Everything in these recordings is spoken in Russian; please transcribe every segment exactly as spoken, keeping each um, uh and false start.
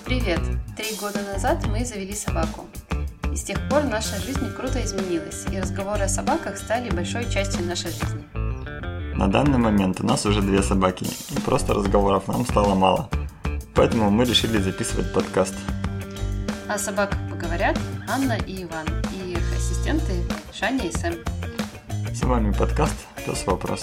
Привет! Три года назад мы завели собаку. И с тех пор наша жизнь круто изменилась, и разговоры о собаках стали большой частью нашей жизни. На данный момент у нас уже две собаки, и просто разговоров нам стало мало. Поэтому мы решили записывать подкаст. О собаках поговорят Анна и Иван, и их ассистенты Шаня и Сэм. С вами подкаст «Пес Вопрос».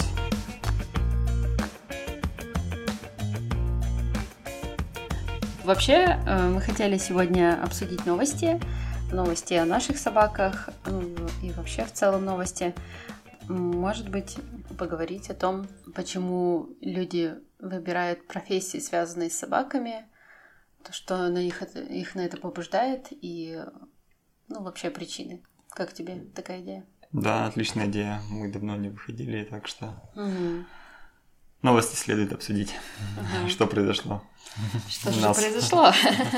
Вообще, мы хотели сегодня обсудить новости, новости о наших собаках, и вообще в целом новости. Может быть, поговорить о том, почему люди выбирают профессии, связанные с собаками, то, что на них, их на это побуждает, и ну, вообще причины. Как тебе такая идея? Да, отличная идея. Мы давно не выходили, так что Угу. новости следует обсудить. Угу. Что произошло? Что же произошло?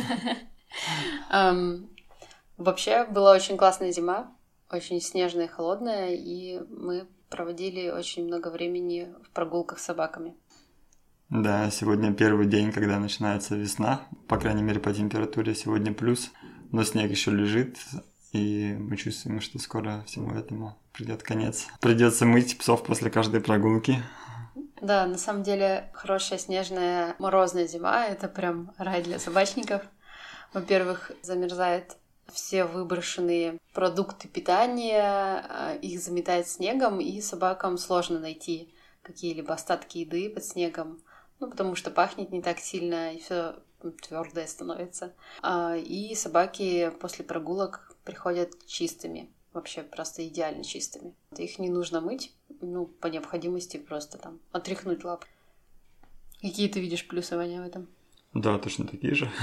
Вообще, была очень классная зима, очень снежная и холодная, и мы проводили очень много времени в прогулках с собаками. Да, сегодня первый день, когда начинается весна, по крайней мере по температуре сегодня плюс, но снег еще лежит, и мы чувствуем, что скоро всему этому придет конец. Придется мыть псов после каждой прогулки. Да, на самом деле хорошая снежная морозная зима — это прям рай для собачников. Во-первых, замерзает все выброшенные продукты питания, их заметает снегом, и собакам сложно найти какие-либо остатки еды под снегом, ну, потому что пахнет не так сильно, и все твердое становится. И собаки после прогулок приходят чистыми, вообще просто идеально чистыми. Их не нужно мыть, ну, по необходимости просто там отряхнуть лапы. Какие ты видишь плюсы, Ваня, в этом? Да, точно такие же.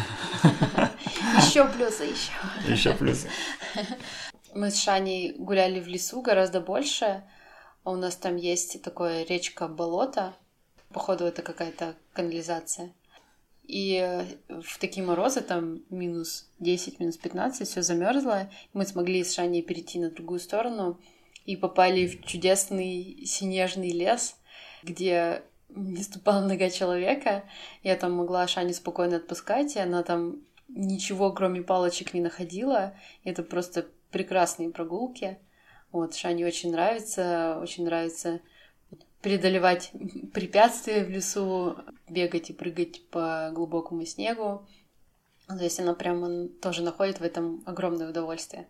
Еще плюсы, еще. Еще плюсы. Мы с Шаней гуляли в лесу гораздо больше. У нас там есть такое речка-болото. Походу, это какая-то канализация. И в такие морозы, там минус десять, минус пятнадцать, все замерзло. Мы смогли с Шаней перейти на другую сторону и попали в чудесный снежный лес, где не ступала нога человека. Я там могла Шаню спокойно отпускать, и она там ничего, кроме палочек, не находила. Это просто прекрасные прогулки. Вот, Шане очень нравится, очень нравится преодолевать препятствия в лесу, бегать и прыгать по глубокому снегу. То есть она прямо тоже находит в этом огромное удовольствие.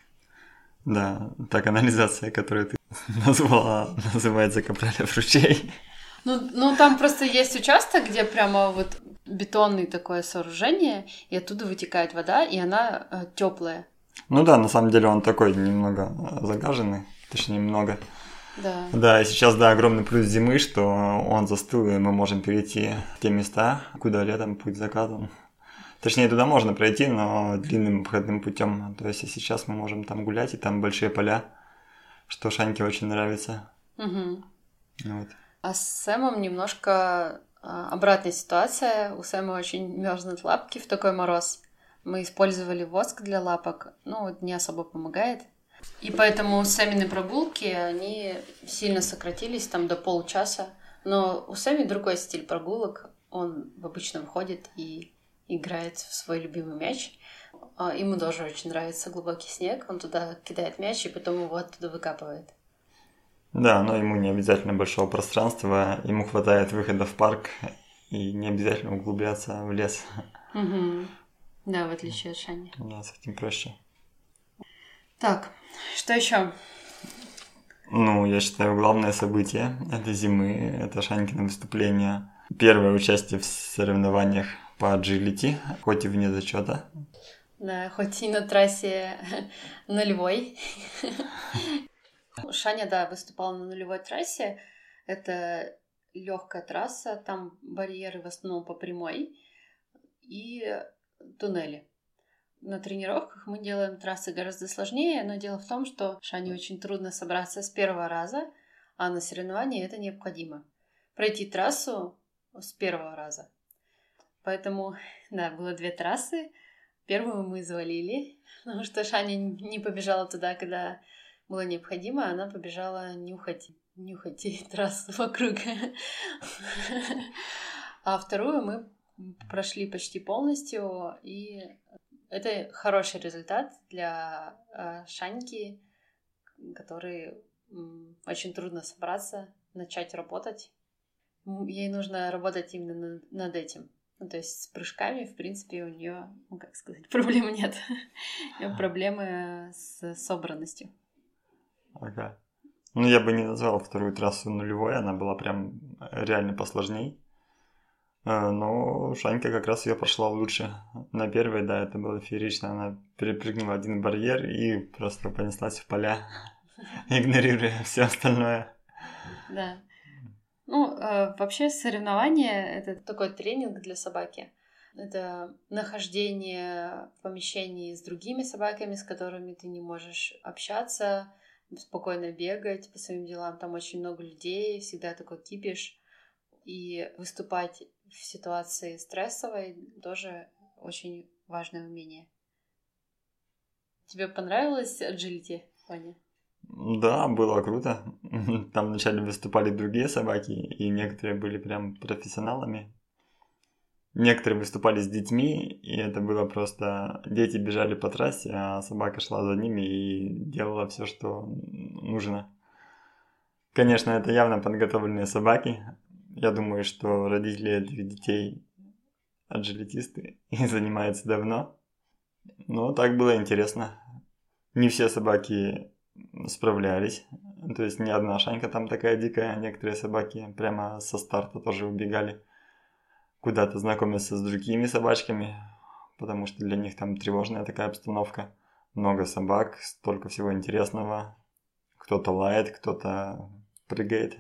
Да, та канализация, которую ты назвала, называется Капралев ручей. Ну, ну, там просто есть участок, где прямо вот бетонное такое сооружение, и оттуда вытекает вода, и она э, теплая. Ну да, на самом деле он такой немного загаженный, точнее немного. Да. Да, и сейчас, да, огромный плюс зимы, что он застыл, и мы можем перейти в те места, куда летом путь заказан. Точнее, туда можно пройти, но длинным обходным путем. То есть и сейчас мы можем там гулять, и там большие поля, что Шаньке очень нравится. Угу. Вот. А с Сэмом немножко обратная ситуация. У Сэма очень мерзнут лапки в такой мороз. Мы использовали воск для лапок, ну, вот не особо помогает. И поэтому Сэмины прогулки, они сильно сократились, там, до полчаса. Но у Сэми другой стиль прогулок. Он обычно выходит и играет в свой любимый мяч. Ему тоже очень нравится глубокий снег. Он туда кидает мяч, и потом его оттуда выкапывает. Да, но ему не обязательно большого пространства, ему хватает выхода в парк, и не обязательно углубляться в лес. Угу. Да, в отличие от Шани. Да, с этим проще. Так, что еще? Ну, я считаю, главное событие этой зимы – это Шанькино выступление. Первое участие в соревнованиях по agility, хоть и вне зачета. Да, хоть и на трассе нулевой. Шаня, да, выступала на нулевой трассе. Это легкая трасса, там барьеры в основном по прямой и туннели. На тренировках мы делаем трассы гораздо сложнее, но дело в том, что Шане очень трудно собраться с первого раза, а на соревновании это необходимо. Пройти трассу с первого раза. Поэтому, да, было две трассы. Первую мы завалили, потому что Шаня не побежала туда, когда было необходимо, она побежала нюхать, нюхать трассу вокруг. А вторую мы прошли почти полностью, и это хороший результат для э, Шаньки, которой м, очень трудно собраться, начать работать. Ей нужно работать именно над, над этим. Ну, то есть с прыжками, в принципе, у нее, ну, как сказать, проблем нет. У нее проблемы с собранностью. Ага. Ну, я бы не назвал вторую трассу нулевой, она была прям реально посложней. Но Шанька как раз ее прошла лучше. На первой, да, это было феерично. Она перепрыгнула один барьер и просто понеслась в поля, игнорируя все остальное. Да. Ну, э, вообще соревнование — это такой тренинг для собаки. Это нахождение в помещении с другими собаками, с которыми ты не можешь общаться, спокойно бегать по своим делам. Там очень много людей, всегда такой кипиш. И выступать в ситуации стрессовой тоже очень важное умение. Тебе понравилось agility, Ваня? Да, было круто. Там вначале выступали другие собаки, и некоторые были прям профессионалами. Некоторые выступали с детьми, и это было просто... Дети бежали по трассе, а собака шла за ними и делала все, что нужно. Конечно, это явно подготовленные собаки. Я думаю, что родители этих детей аджилитисты и занимаются давно. Но так было интересно. Не все собаки справлялись. То есть не одна Шанька там такая дикая. Некоторые собаки прямо со старта тоже убегали куда-то знакомиться с другими собачками, потому что для них там тревожная такая обстановка. Много собак, столько всего интересного. Кто-то лает, кто-то прыгает.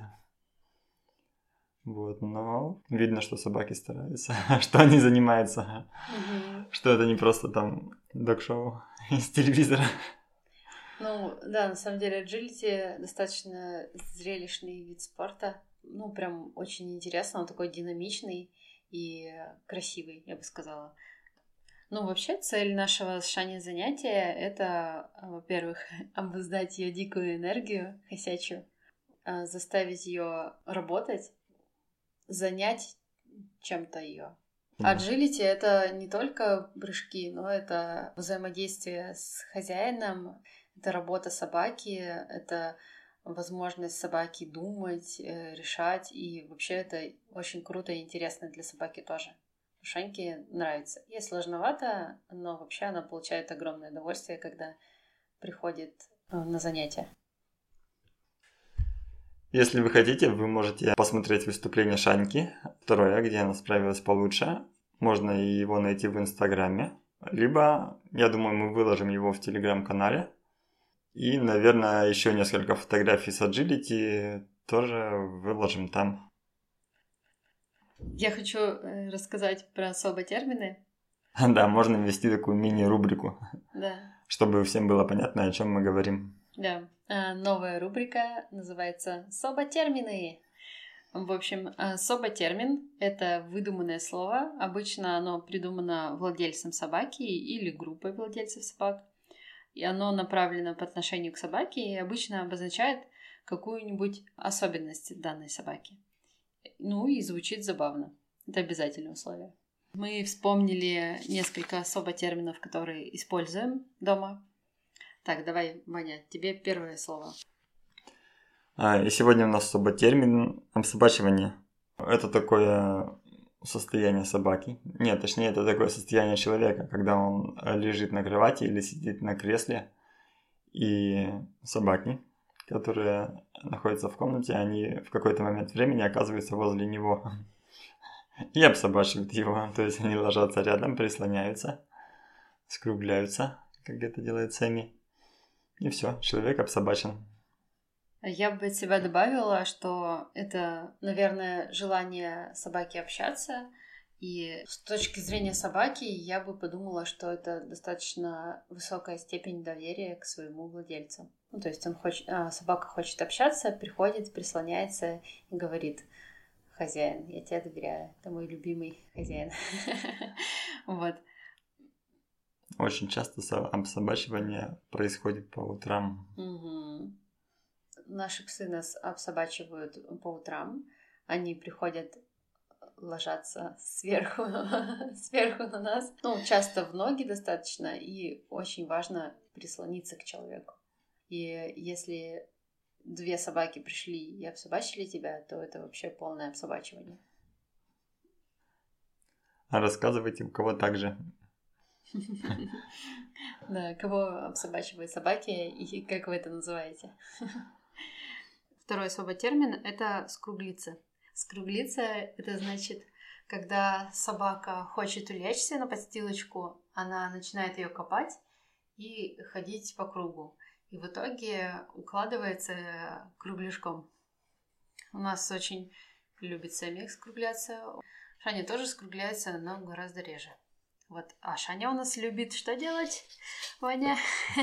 Вот, но видно, что собаки стараются, что они занимаются, Угу. что это не просто там док-шоу из телевизора. Ну, да, на самом деле agility достаточно зрелищный вид спорта. Ну, прям очень интересно, он такой динамичный и красивый, я бы сказала. Ну, вообще, цель нашего с Шаней занятия — это, во-первых, обуздать ее дикую энергию хосячую, заставить ее работать, занять чем-то ее. Agility — это не только прыжки, но это взаимодействие с хозяином, это работа собаки, это возможность собаки думать, решать, и вообще это очень круто и интересно для собаки тоже. Шаньке нравится. Ей сложновато, но вообще она получает огромное удовольствие, когда приходит на занятия. Если вы хотите, вы можете посмотреть выступление Шаньки, второе, где она справилась получше. Можно его найти в Инстаграме. Либо, я думаю, мы выложим его в Телеграм-канале. И, наверное, еще несколько фотографий с agility тоже выложим там. Я хочу рассказать про особо термины. Да, можно ввести такую мини-рубрику. Да. Чтобы всем было понятно, о чем мы говорим. Да. Новая рубрика называется «Соботермины». В общем, соботермин — это выдуманное слово. Обычно оно придумано владельцем собаки или группой владельцев собак. И оно направлено по отношению к собаке и обычно обозначает какую-нибудь особенность данной собаки. Ну и звучит забавно. Это обязательное условие. Мы вспомнили несколько соботерминов, которые используем дома. Так, давай, Ваня, тебе первое слово. И сегодня у нас соботермин обсобачивание. Это такое состояние собаки. Нет, точнее, это такое состояние человека, когда он лежит на кровати или сидит на кресле. И собаки, которые находятся в комнате, они в какой-то момент времени оказываются возле него. И обсобачивают его. То есть они ложатся рядом, прислоняются, скругляются, как это делает Сэмми. И все, человек обсобачен. Я бы от себя добавила, что это, наверное, желание собаки общаться. И с точки зрения собаки я бы подумала, что это достаточно высокая степень доверия к своему владельцу. Ну, то есть он хочет, а, собака хочет общаться, приходит, прислоняется и говорит: «Хозяин, я тебе доверяю, это мой любимый хозяин». Вот. Очень часто обсобачивание происходит по утрам. Угу. Наши псы нас обсобачивают по утрам. Они приходят ложатся сверху, сверху на нас. Ну, часто в ноги достаточно, и очень важно прислониться к человеку. И если две собаки пришли и обсобачили тебя, то это вообще полное обсобачивание. А рассказывайте, у кого так же. Да, кого обсобачивают собаки и как вы это называете? Второй особый термин — это скруглиться. Скруглиться — это значит, когда собака хочет улечься на подстилочку, она начинает ее копать и ходить по кругу. И в итоге укладывается кругляшком. У нас очень любит Сэмик скругляться. Шаня тоже скругляется, но гораздо реже. Вот. А Шаня у нас любит что делать, Ваня?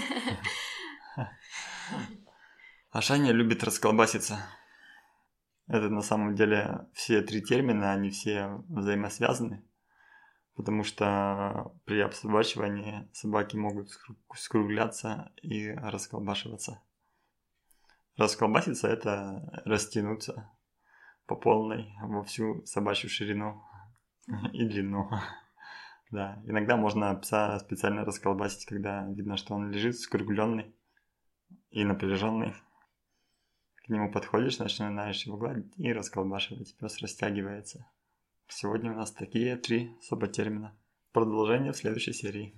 А Шаня любит расколбаситься. Это на самом деле все три термина, они все взаимосвязаны. Потому что при обсобачивании собаки могут скругляться и расколбашиваться. Расколбаситься — это растянуться по полной во всю собачью ширину и длину. Да, иногда можно пса специально расколбасить, когда видно, что он лежит скругленный и напряженный. К нему подходишь, начинаешь его гладить и расколбашивать. Пес растягивается. Сегодня у нас такие три соботермина. Продолжение в следующей серии.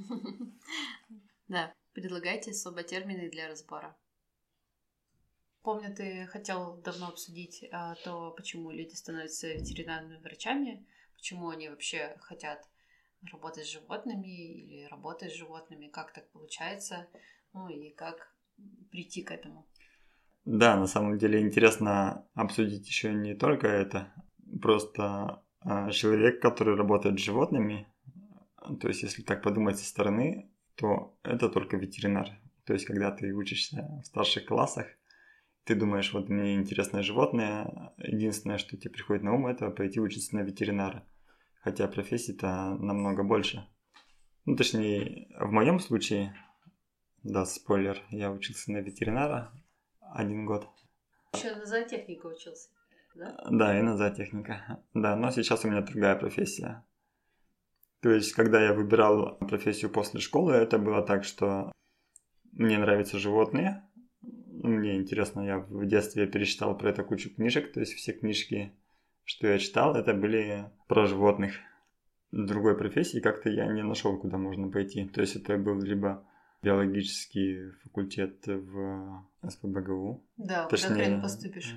Да, предлагайте соботермины для разбора. Помню, ты хотел давно обсудить а, то, почему люди становятся ветеринарными врачами, почему они вообще хотят работать с животными или работать с животными, как так получается, ну и как прийти к этому. Да, на самом деле интересно обсудить еще не только это, просто э, человек, который работает с животными, то есть если так подумать со стороны, то это только ветеринар. То есть когда ты учишься в старших классах, ты думаешь, вот мне интересное животное, единственное, что тебе приходит на ум, это пойти учиться на ветеринара. Хотя профессий-то намного больше. Ну, точнее, в моем случае, да, спойлер, я учился на ветеринара один год. Еще на зоотехника учился, да? Да, и на зоотехника. Да, но сейчас у меня другая профессия. То есть, когда я выбирал профессию после школы, это было так, что мне нравятся животные. Мне интересно, я в детстве перечитал про это кучу книжек, то есть все книжки, что я читал, это были про животных. Другой профессии как-то я не нашел, куда можно пойти. То есть это был либо биологический факультет в СПбГУ. Да, куда хрен поступишь.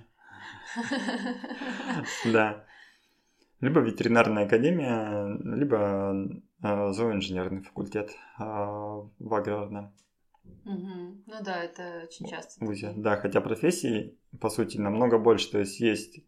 Да. Либо ветеринарная академия, либо зооинженерный факультет в аграрном. Угу. Ну да, это очень часто. Вузе. Да, хотя профессий, по сути, намного больше. То есть есть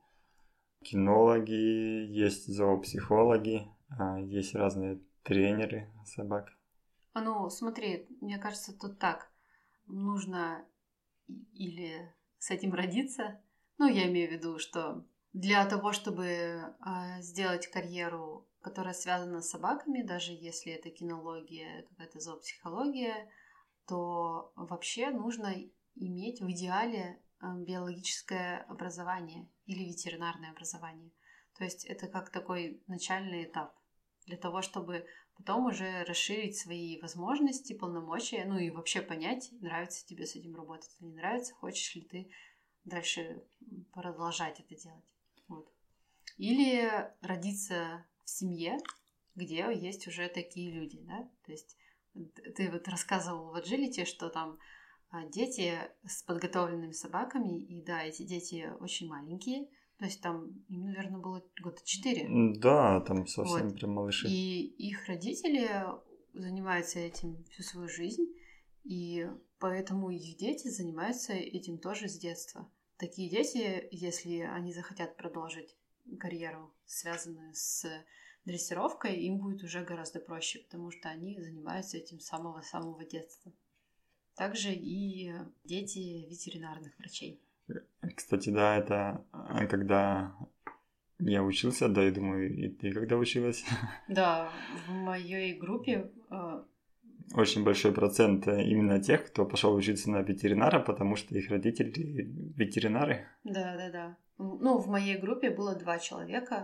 кинологи, есть зоопсихологи, есть разные тренеры собак. А ну, смотри, мне кажется, тут так. Нужно или с этим родиться. Ну, я имею в виду, что для того, чтобы э, сделать карьеру, которая связана с собаками, даже если это кинология, какая-то зоопсихология, то вообще нужно иметь в идеале биологическое образование или ветеринарное образование. То есть это как такой начальный этап для того, чтобы потом уже расширить свои возможности, полномочия, ну и вообще понять, нравится тебе с этим работать или не нравится, хочешь ли ты дальше продолжать это делать. Вот. Или родиться в семье, где есть уже такие люди, да, то есть ты вот рассказывал в Agility, что там дети с подготовленными собаками, и да, эти дети очень маленькие, то есть там им, наверное, было года четыре. Да, там совсем вот. прям малыши. И их родители занимаются этим всю свою жизнь, и поэтому их дети занимаются этим тоже с детства. Такие дети, если они захотят продолжить карьеру, связанную с дрессировкой, им будет уже гораздо проще, потому что они занимаются этим с самого-самого детства. Также и дети ветеринарных врачей. Кстати, да, это когда я учился, да, я думаю, и ты когда училась? Да, в моей группе очень большой процент именно тех, кто пошел учиться на ветеринара, потому что их родители ветеринары. Да, да, да. Ну, в моей группе было два человека,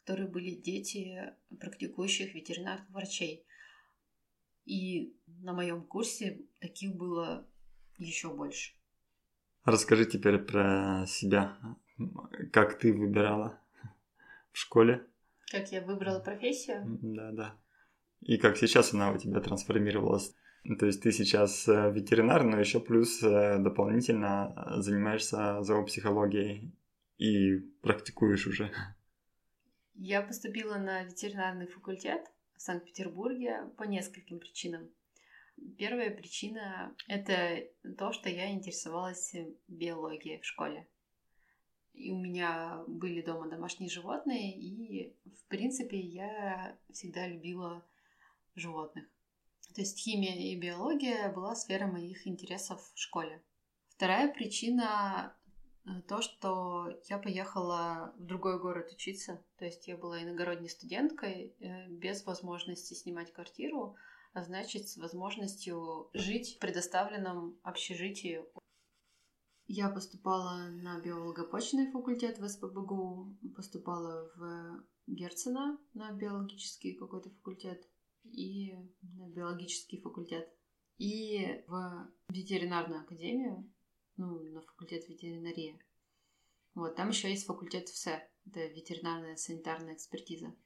которые были дети практикующих ветеринарных врачей. И на моем курсе таких было еще больше. Расскажи теперь про себя. Как ты выбирала в школе? Как я выбрала профессию? Да, да. И как сейчас она у тебя трансформировалась? То есть ты сейчас ветеринар, но еще плюс дополнительно занимаешься зоопсихологией и практикуешь уже. Я поступила на ветеринарный факультет в Санкт-Петербурге по нескольким причинам. Первая причина — это то, что я интересовалась биологией в школе. И у меня были дома домашние животные, и, в принципе, я всегда любила животных. То есть химия и биология была сферой моих интересов в школе. Вторая причина — то, что я поехала в другой город учиться. То есть я была иногородней студенткой, без возможности снимать квартиру, а значит, с возможностью жить в предоставленном общежитии. Я поступала на биолого-почвенный факультет в СПбГУ, поступала в Герцена на биологический какой-то факультет и на биологический факультет, и в ветеринарную академию, ну, на факультет ветеринарии. Вот, там еще есть факультет ВСЭ, это ветеринарная санитарная экспертиза.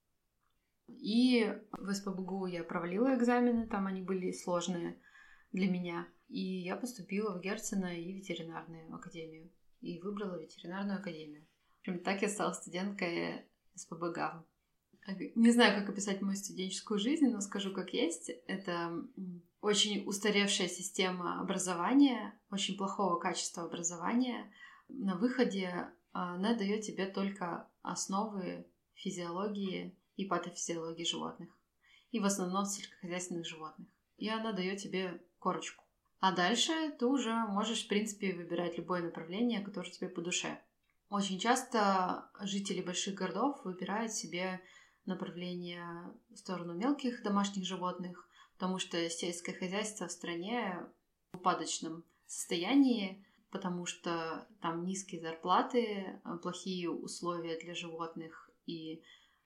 И в СПбГУ я провалила экзамены, там они были сложные для меня. И я поступила в Герцена и ветеринарную академию. И выбрала ветеринарную академию. Прям так я стала студенткой СПбГАВ. Не знаю, как описать мою студенческую жизнь, но скажу, как есть. Это очень устаревшая система образования, очень плохого качества образования. На выходе она дает тебе только основы физиологии и патофизиологии животных. И в основном сельскохозяйственных животных. И она дает тебе корочку. А дальше ты уже можешь, в принципе, выбирать любое направление, которое тебе по душе. Очень часто жители больших городов выбирают себе направление в сторону мелких домашних животных, потому что сельское хозяйство в стране в упадочном состоянии, потому что там низкие зарплаты, плохие условия для животных и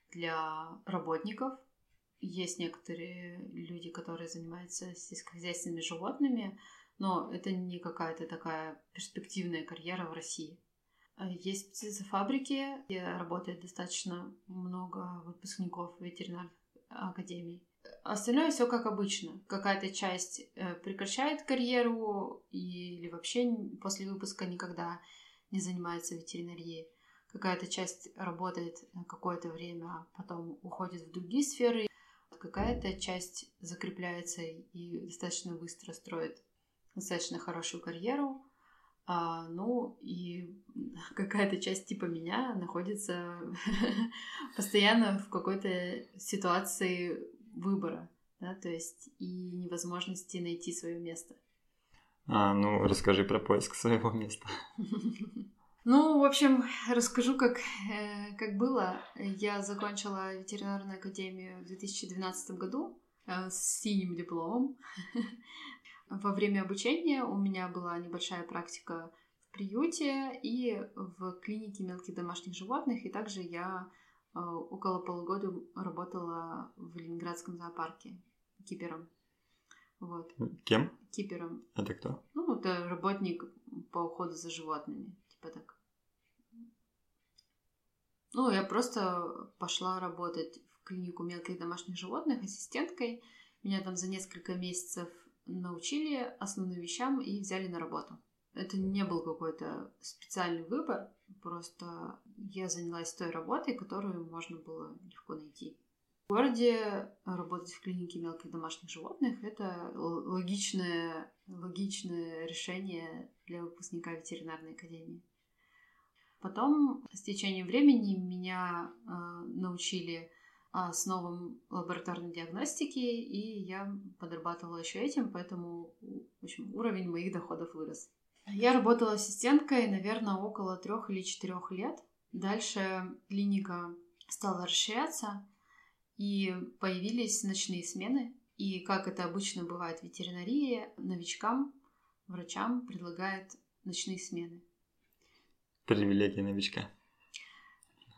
для работников. Есть некоторые люди, которые занимаются сельскохозяйственными животными, но это не какая-то такая перспективная карьера в России. Есть птицефабрики, где работает достаточно много выпускников ветеринарных академий. Остальное все как обычно. Какая-то часть прекращает карьеру или вообще после выпуска никогда не занимается ветеринарией. Какая-то часть работает какое-то время, потом уходит в другие сферы. Какая-то часть закрепляется и достаточно быстро строит достаточно хорошую карьеру. А, ну и какая-то часть типа меня находится постоянно в какой-то ситуации выбора, да, то есть и невозможности найти свое место. А, ну расскажи про поиск своего места. Ну, в общем, расскажу, как, э, как было. Я закончила ветеринарную академию в две тысячи двенадцатом году э, с синим дипломом. Во время обучения у меня была небольшая практика в приюте и в клинике мелких домашних животных, и также я э, около полугода работала в Ленинградском зоопарке кипером. Вот. Кем? Кипером. Это кто? Ну, это работник по уходу за животными, типа так. Ну, я просто пошла работать в клинику мелких домашних животных ассистенткой. Меня там за несколько месяцев научили основным вещам и взяли на работу. Это не был какой-то специальный выбор, просто я занялась той работой, которую можно было легко найти. В городе работать в клинике мелких домашних животных — это логичное, логичное решение для выпускника ветеринарной академии. Потом, с течением времени, меня э, научили основам лабораторной диагностики, и я подрабатывала еще этим, поэтому, в общем, уровень моих доходов вырос. Я работала ассистенткой, наверное, около трех или четырех лет. Дальше клиника стала расширяться, и появились ночные смены. И, как это обычно бывает в ветеринарии, новичкам, врачам предлагают ночные смены. Привилегия новичка.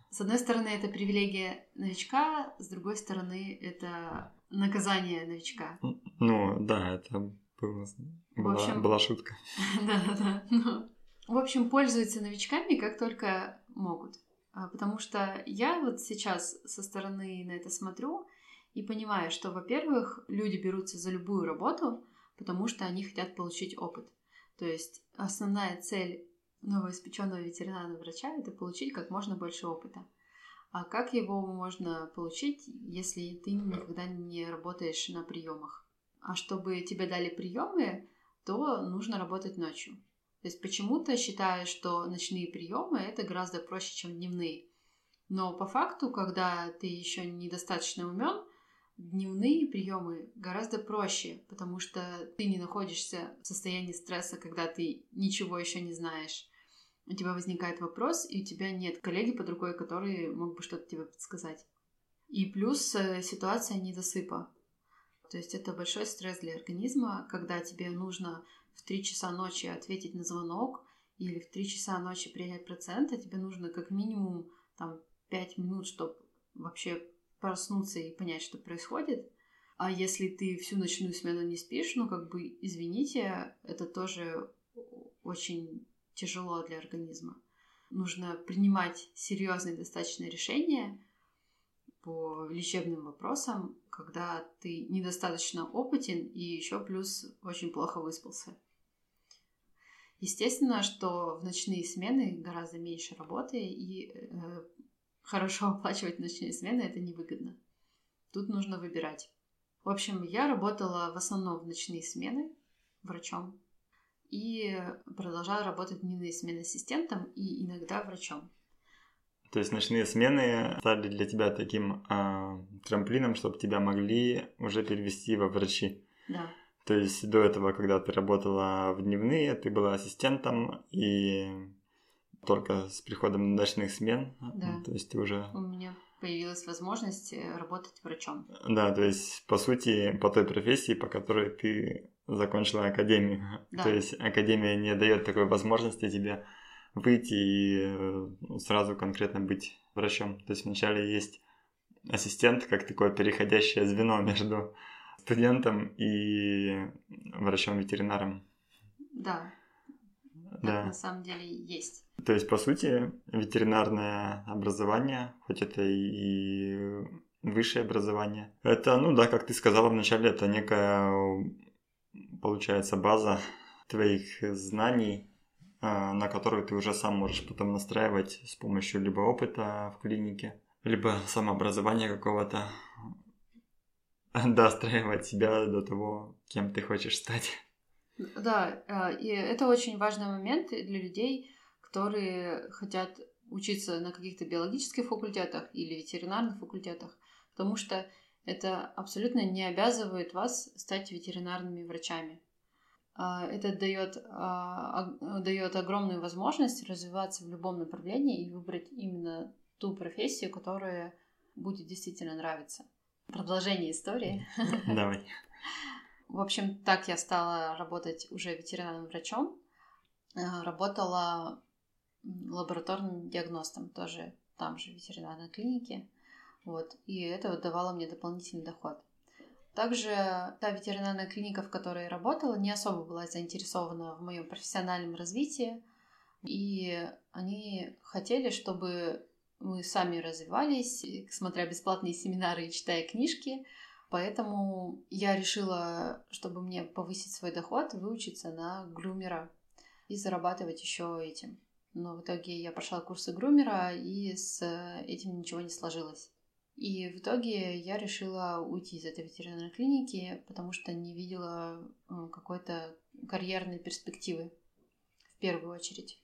С одной стороны, это привилегия новичка, с другой стороны, это наказание новичка. Ну, да, это было, была, общем, была шутка. Да-да-да. В общем, пользуются новичками как только могут. Потому что я вот сейчас со стороны на это смотрю и понимаю, что, во-первых, люди берутся за любую работу, потому что они хотят получить опыт. То есть основная цель новоиспеченного ветеринарного врача — это получить как можно больше опыта. А как его можно получить, если ты никогда не работаешь на приемах? А чтобы тебе дали приемы, то нужно работать ночью. То есть почему-то считаю, что ночные приемы это гораздо проще, чем дневные. Но по факту, когда ты еще недостаточно умен, дневные приемы гораздо проще, потому что ты не находишься в состоянии стресса, когда ты ничего еще не знаешь. У тебя возникает вопрос, и у тебя нет коллеги под рукой, который мог бы что-то тебе подсказать. И плюс ситуация недосыпа. То есть это большой стресс для организма, когда тебе нужно в три часа ночи ответить на звонок или в три часа ночи принять пациента, тебе нужно как минимум там, пять минут, чтобы вообще проснуться и понять, что происходит. А если ты всю ночную смену не спишь, ну как бы, извините, это тоже очень тяжело для организма. Нужно принимать серьезные достаточно решения по лечебным вопросам, когда ты недостаточно опытен и еще плюс очень плохо выспался. Естественно, что в ночные смены гораздо меньше работы, и э, хорошо оплачивать ночные смены это невыгодно. Тут нужно выбирать. В общем, я работала в основном в ночные смены врачом и продолжала работать в дневные смены ассистентом и иногда врачом. То есть ночные смены стали для тебя таким э, трамплином, чтобы тебя могли уже перевести во врачи. Да. То есть до этого, когда ты работала в дневные, ты была ассистентом, и только с приходом ночных смен, да. то есть ты уже... У меня появилась возможность работать врачом. Да, то есть, по сути, по той профессии, по которой ты закончила академию. Да. То есть академия не дает такой возможности тебе выйти и сразу конкретно быть врачом. То есть вначале есть ассистент, как такое переходящее звено между студентом и врачом-ветеринаром. Да, так да. на самом деле есть. То есть, по сути, ветеринарное образование, хоть это и высшее образование, это, ну да, как ты сказала вначале, это некая, получается, база твоих знаний, на которую ты уже сам можешь потом настраивать с помощью либо опыта в клинике, либо самообразования какого-то, достраивать себя до того, кем ты хочешь стать. Да, и это очень важный момент для людей, которые хотят учиться на каких-то биологических факультетах или ветеринарных факультетах, потому что это абсолютно не обязывает вас стать ветеринарными врачами. Это дает, дает огромную возможность развиваться в любом направлении и выбрать именно ту профессию, которая будет действительно нравиться. Продолжение истории. Давай. В общем, так я стала работать уже ветеринарным врачом. Работала лабораторным диагностом, тоже там же в ветеринарной клинике. Вот. И это вот давало мне дополнительный доход. Также та ветеринарная клиника, в которой я работала, не особо была заинтересована в моем профессиональном развитии. И они хотели, чтобы мы сами развивались, смотря бесплатные семинары и читая книжки. Поэтому я решила, чтобы мне повысить свой доход, выучиться на грумера и зарабатывать еще этим. Но в итоге я прошла курсы грумера, и с этим ничего не сложилось. И в итоге я решила уйти из этой ветеринарной клиники, потому что не видела какой-то карьерной перспективы в первую очередь.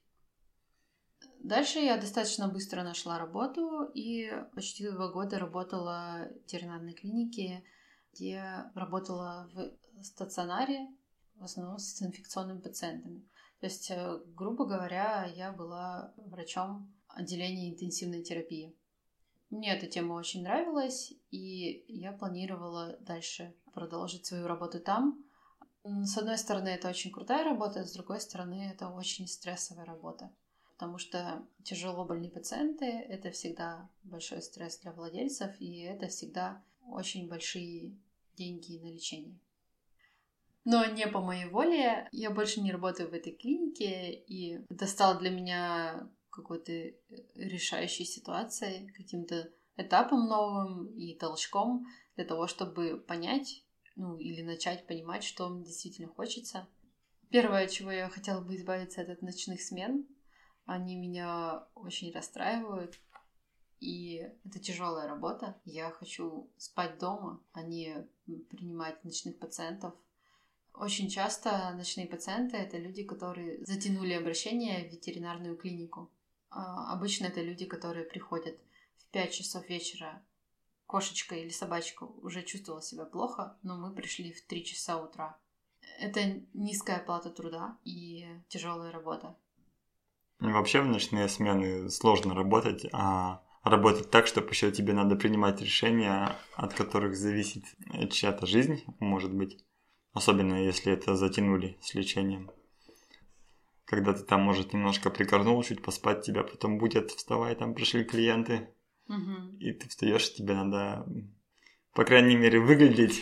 Дальше я достаточно быстро нашла работу и почти два года работала в ветеринарной клинике, где работала в стационаре, в основном с инфекционными пациентами. То есть, грубо говоря, я была врачом отделения интенсивной терапии. Мне эта тема очень нравилась, и я планировала дальше продолжить свою работу там. С одной стороны, это очень крутая работа, с другой стороны, это очень стрессовая работа. потому что тяжелобольные пациенты — это всегда большой стресс для владельцев, и это всегда очень большие деньги на лечение. Но не по моей воле. Я больше не работаю в этой клинике, и это стало для меня какой-то решающей ситуацией, каким-то этапом новым и толчком для того, чтобы понять, ну, или начать понимать, что мне действительно хочется. Первое, от чего я хотела бы избавиться, это от ночных смен. Они меня очень расстраивают, и это тяжелая работа. Я хочу спать дома, а не принимать ночных пациентов. Очень часто ночные пациенты — это люди, которые затянули обращение в ветеринарную клинику. А обычно это люди, которые приходят в пять часов вечера. Кошечка или собачка уже чувствовала себя плохо, но мы пришли в три часа утра. Это низкая оплата труда и тяжелая работа. Вообще в ночные смены сложно работать, а работать так, что еще тебе надо принимать решения, от которых зависит чья-то жизнь, может быть. Особенно если это затянули с лечением. Когда ты там, может, немножко прикорнул, чуть поспать, тебя потом будет, вставай, там пришли клиенты. Угу. И ты встаешь, тебе надо, по крайней мере, выглядеть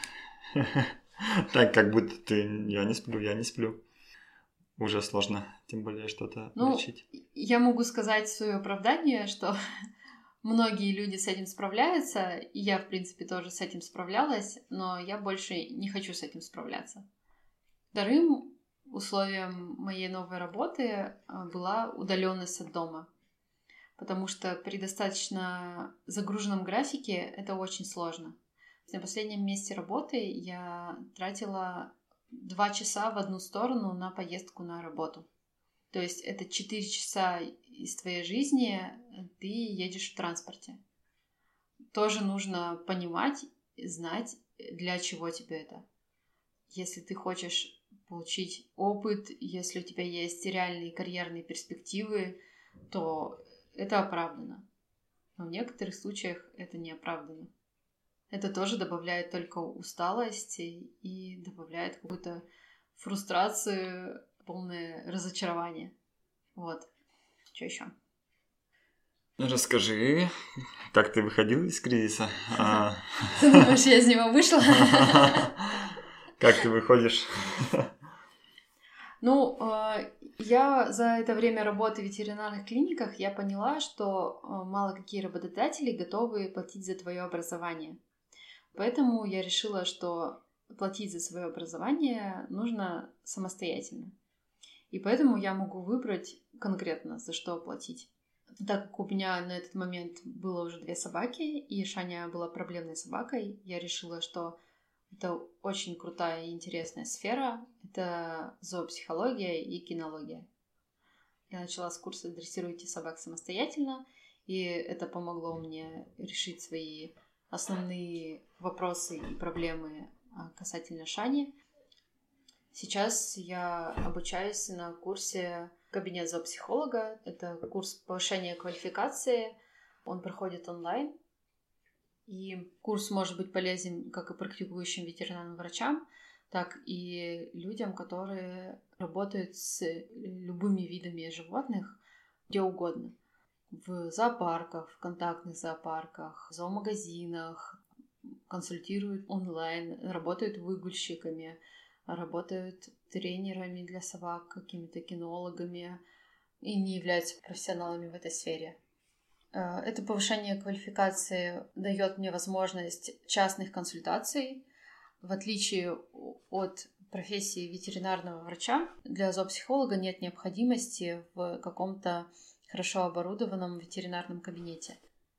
так, как будто ты я не сплю, я не сплю. Уже сложно, тем более что-то ну, лечить. Я могу сказать свое оправдание, что многие люди с этим справляются, и я, в принципе, тоже с этим справлялась, но я больше не хочу с этим справляться. Вторым условием моей новой работы была удаленность от дома, потому что при достаточно загруженном графике это очень сложно. На последнем месте работы я тратила два часа в одну сторону на поездку на работу. То есть это четыре часа из твоей жизни ты едешь в транспорте. Тоже нужно понимать, знать, для чего тебе это. Если ты хочешь получить опыт, если у тебя есть реальные карьерные перспективы, то это оправдано. Но в некоторых случаях это не оправдано. Это тоже добавляет только усталости и добавляет какую-то фрустрацию, полное разочарование. Вот. Что еще? Расскажи, как ты выходила из кризиса? Ты думаешь, я из него вышла? Как ты выходишь? Ну, я за это время работы в ветеринарных клиниках я поняла, что мало какие работодатели готовы платить за твое образование. Поэтому я решила, что платить за свое образование нужно самостоятельно. И поэтому я могу выбрать конкретно, за что платить. Так как у меня на этот момент было уже две собаки, и Шаня была проблемной собакой, я решила, что это очень крутая и интересная сфера. Это зоопсихология и кинология. Я начала с курса «Дрессируйте собак самостоятельно», и это помогло мне решить свои основные вопросы и проблемы касательно Шани. Сейчас я обучаюсь на курсе «Кабинет зоопсихолога». Это курс повышения квалификации. Он проходит онлайн. И курс может быть полезен как и практикующим ветеринарным врачам, так и людям, которые работают с любыми видами животных где угодно. В зоопарках, в контактных зоопарках, в зоомагазинах, консультируют онлайн, работают выгульщиками, работают тренерами для собак, какими-то кинологами и не являются профессионалами в этой сфере. Это повышение квалификации дает мне возможность частных консультаций. В отличие от профессии ветеринарного врача, для зоопсихолога нет необходимости в каком-то хорошо оборудованном ветеринарном кабинете.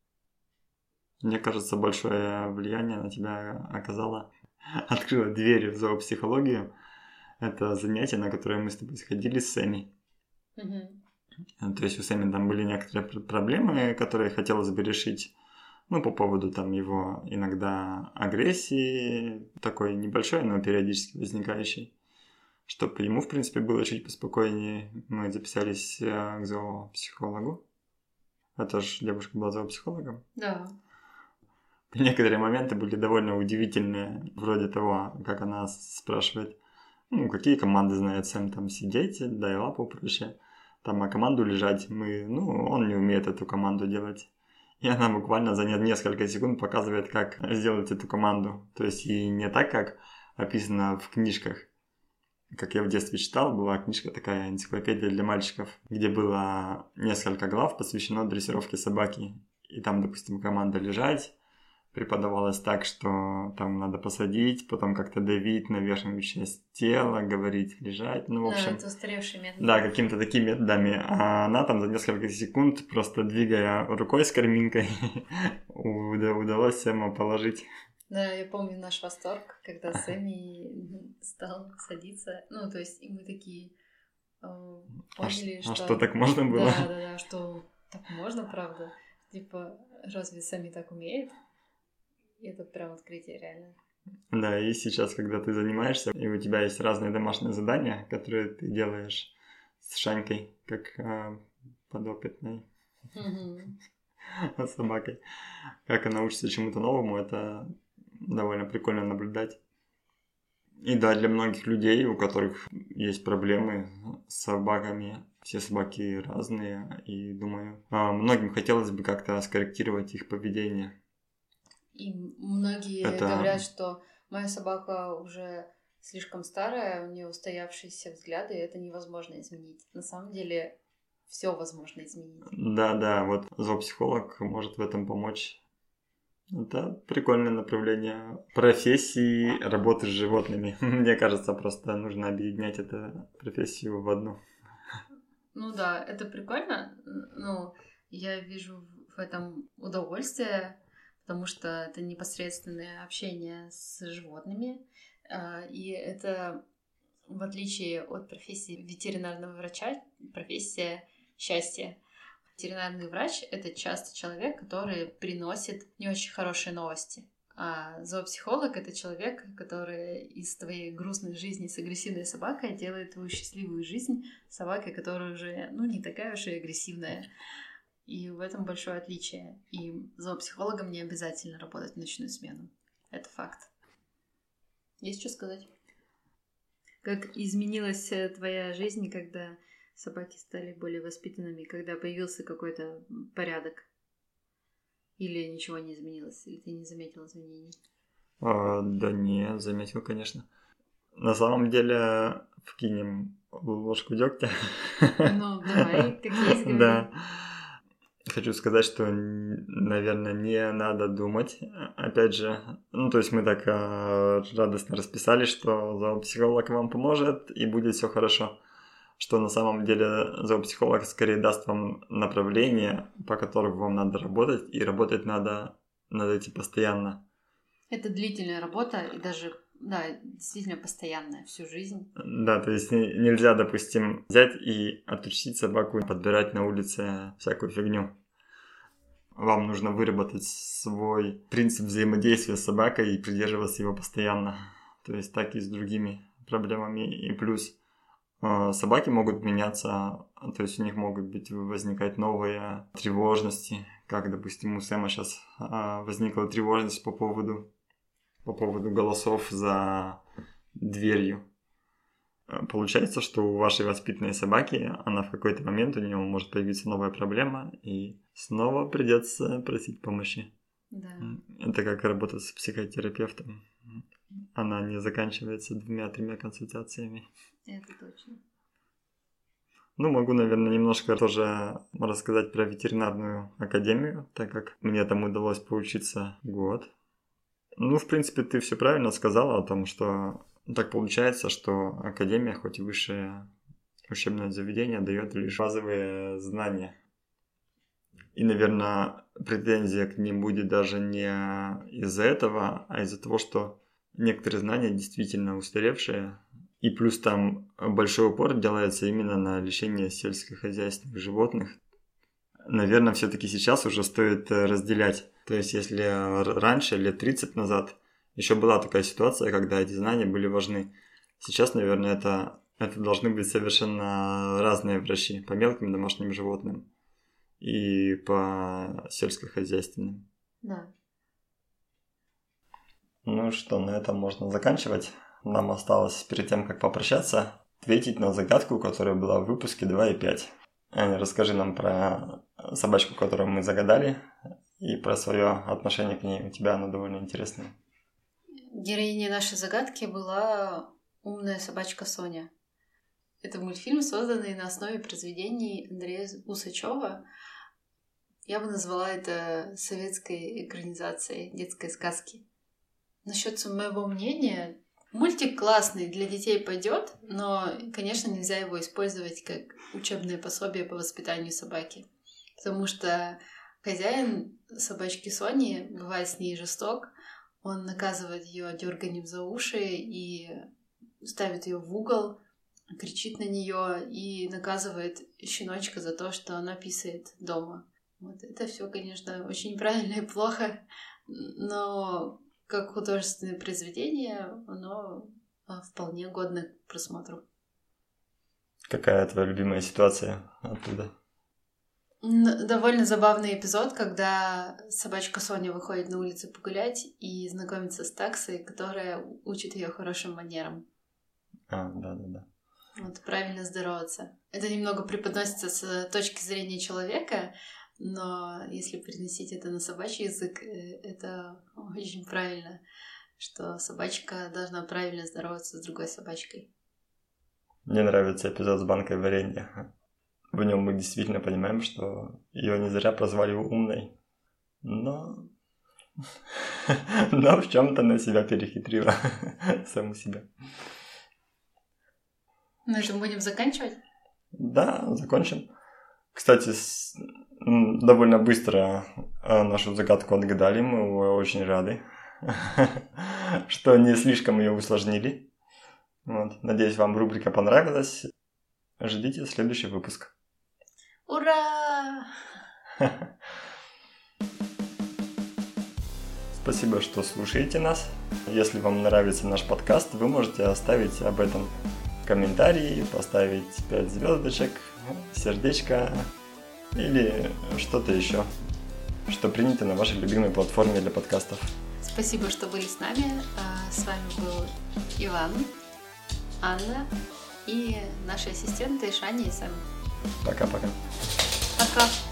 Мне кажется, большое влияние на тебя оказало, открыла двери в зоопсихологию. Это занятие, на которое мы с тобой сходили с Сэмми. Угу. То есть у Сэмми там были некоторые проблемы, которые хотелось бы решить. Ну, по поводу там его иногда агрессии, такой небольшой, но периодически возникающей. Чтобы ему, в принципе, было чуть поспокойнее, мы записались к зоопсихологу. Это же девушка была зоопсихологом. Да. Некоторые моменты были довольно удивительные, вроде того, как она спрашивает, ну, какие команды знает Сэм, там, сидеть, дай лапу, прочее. там, а команду лежать, мы, ну, он не умеет эту команду делать. И она буквально за несколько секунд показывает, как сделать эту команду. То есть и не так, как описано в книжках. Как я в детстве читал, была книжка такая, энциклопедия для мальчиков, где было несколько глав, посвящено дрессировке собаки. И там, допустим, команда лежать преподавалась так, что там надо посадить, потом как-то давить на верхнюю часть тела, говорить, лежать, ну, в общем... Да, это устаревший метод. Да, какими-то такими методами. А она там за несколько секунд, просто двигая рукой с корминкой, удалось Сэма положить. Да, я помню наш восторг, когда Сэмми стал садиться. Ну, то есть, и мы такие э, поняли, а, что... А что, так можно было? Да, да, да, что так можно, правда. Типа, разве Сэмми так умеет? И это прям открытие, реально. Да, и сейчас, когда ты занимаешься, и у тебя есть разные домашние задания, которые ты делаешь с Шанькой, как э, подопытной собакой, как она учится чему-то новому, это довольно прикольно наблюдать. И да, для многих людей, у которых есть проблемы с собаками, все собаки разные, и думаю, многим хотелось бы как-то скорректировать их поведение. И многие это... говорят, что моя собака уже слишком старая, у нее устоявшиеся взгляды, и это невозможно изменить. На самом деле все возможно изменить. Да, да, вот зоопсихолог может в этом помочь. Это прикольное направление профессии работы с животными. Мне кажется, просто нужно объединять эту профессию в одну. Ну да, это прикольно. Ну, я вижу в этом удовольствие, потому что это непосредственное общение с животными. И это, в отличие от профессии ветеринарного врача, профессия счастья. Ветеринарный врач — это часто человек, который приносит не очень хорошие новости. А зоопсихолог — это человек, который из твоей грустной жизни с агрессивной собакой делает твою счастливую жизнь собакой, которая уже, ну, не такая уж и агрессивная. И в этом большое отличие. И зоопсихологам не обязательно работать в ночную смену. Это факт. Есть что сказать? Как изменилась твоя жизнь, когда собаки стали более воспитанными, когда появился какой-то порядок? Или ничего не изменилось? Или ты не заметил изменений? А, да не, заметил, конечно. На самом деле, вкинем ложку дегтя. Ну, давай, как есть, говори. Да. Хочу сказать, что, наверное, не надо думать. Опять же, ну, то есть мы так э, радостно расписали, что зоопсихолог вам поможет и будет все хорошо. Что на самом деле зоопсихолог скорее даст вам направление, по которому вам надо работать, и работать надо над этим постоянно. Это длительная работа и даже, да, действительно постоянная, всю жизнь. Да, то есть нельзя, допустим, взять и отучить собаку подбирать на улице всякую фигню. Вам нужно выработать свой принцип взаимодействия с собакой и придерживаться его постоянно. То есть так и с другими проблемами. И плюс собаки могут меняться, то есть у них могут быть возникать новые тревожности, как, допустим, у Сэма сейчас возникла тревожность по поводу, по поводу голосов за дверью. Получается, что у вашей воспитанной собаки, она в какой-то момент, у нее может появиться новая проблема, и снова придется просить помощи. Да. Это как работать с психотерапевтом. Она не заканчивается двумя-тремя консультациями. Это точно. Ну, могу, наверное, немножко тоже рассказать про ветеринарную академию, так как мне там удалось поучиться год. Ну, в принципе, ты все правильно сказала о том, что так получается, что академия, хоть и высшее учебное заведение, дает лишь базовые знания. И, наверное, претензия к ним будет даже не из-за этого, а из-за того, что некоторые знания действительно устаревшие. И плюс там большой упор делается именно на лечение сельскохозяйственных животных. Наверное, все-таки сейчас уже стоит разделять. То есть, если раньше, лет тридцать назад, еще была такая ситуация, когда эти знания были важны. Сейчас, наверное, это, это должны быть совершенно разные врачи по мелким домашним животным и по сельскохозяйственным. Да. Ну что, на этом можно заканчивать. Нам осталось перед тем, как попрощаться, ответить на загадку, которая была в выпуске два и пять. Аня, расскажи нам про собачку, которую мы загадали, и про свое отношение к ней. У тебя оно довольно интересное. Героиней нашей загадки была умная собачка Соня. Это мультфильм, созданный на основе произведений Андрея Усачева. Я бы назвала это советской экранизацией детской сказки. Насчет моего мнения, мультик классный, для детей пойдет, но, конечно, нельзя его использовать как учебное пособие по воспитанию собаки. Потому что хозяин собачки Сони бывает с ней жесток, он наказывает ее дерганием за уши и ставит ее в угол, кричит на нее и наказывает щеночка за то, что она писает дома. Вот это все, конечно, очень правильно и плохо, но как художественное произведение оно вполне годно к просмотру. Какая твоя любимая ситуация оттуда? Довольно забавный эпизод, когда собачка Соня выходит на улицу погулять и знакомится с таксой, которая учит ее хорошим манерам. А, да-да-да. Вот, правильно здороваться. Это немного преподносится с точки зрения человека, но если переносить это на собачий язык, это очень правильно, что собачка должна правильно здороваться с другой собачкой. Мне нравится эпизод с банкой варенья. В нем мы действительно понимаем, что ее не зря прозвали умной, но, но в чем-то на себя перехитрила, саму себя. На этом будем заканчивать? Да, закончим. Кстати, с... довольно быстро нашу загадку отгадали, мы очень рады, что не слишком ее усложнили. Вот. Надеюсь, вам рубрика понравилась. Ждите следующий выпуск. Ура! Спасибо, что слушаете нас. Если вам нравится наш подкаст, вы можете оставить об этом комментарий, поставить пять звездочек, сердечко или что-то еще, что принято на вашей любимой платформе для подкастов. Спасибо, что были с нами. С вами был Иван, Анна и наши ассистенты Шаня и Сэм. Пока-пока. Пока.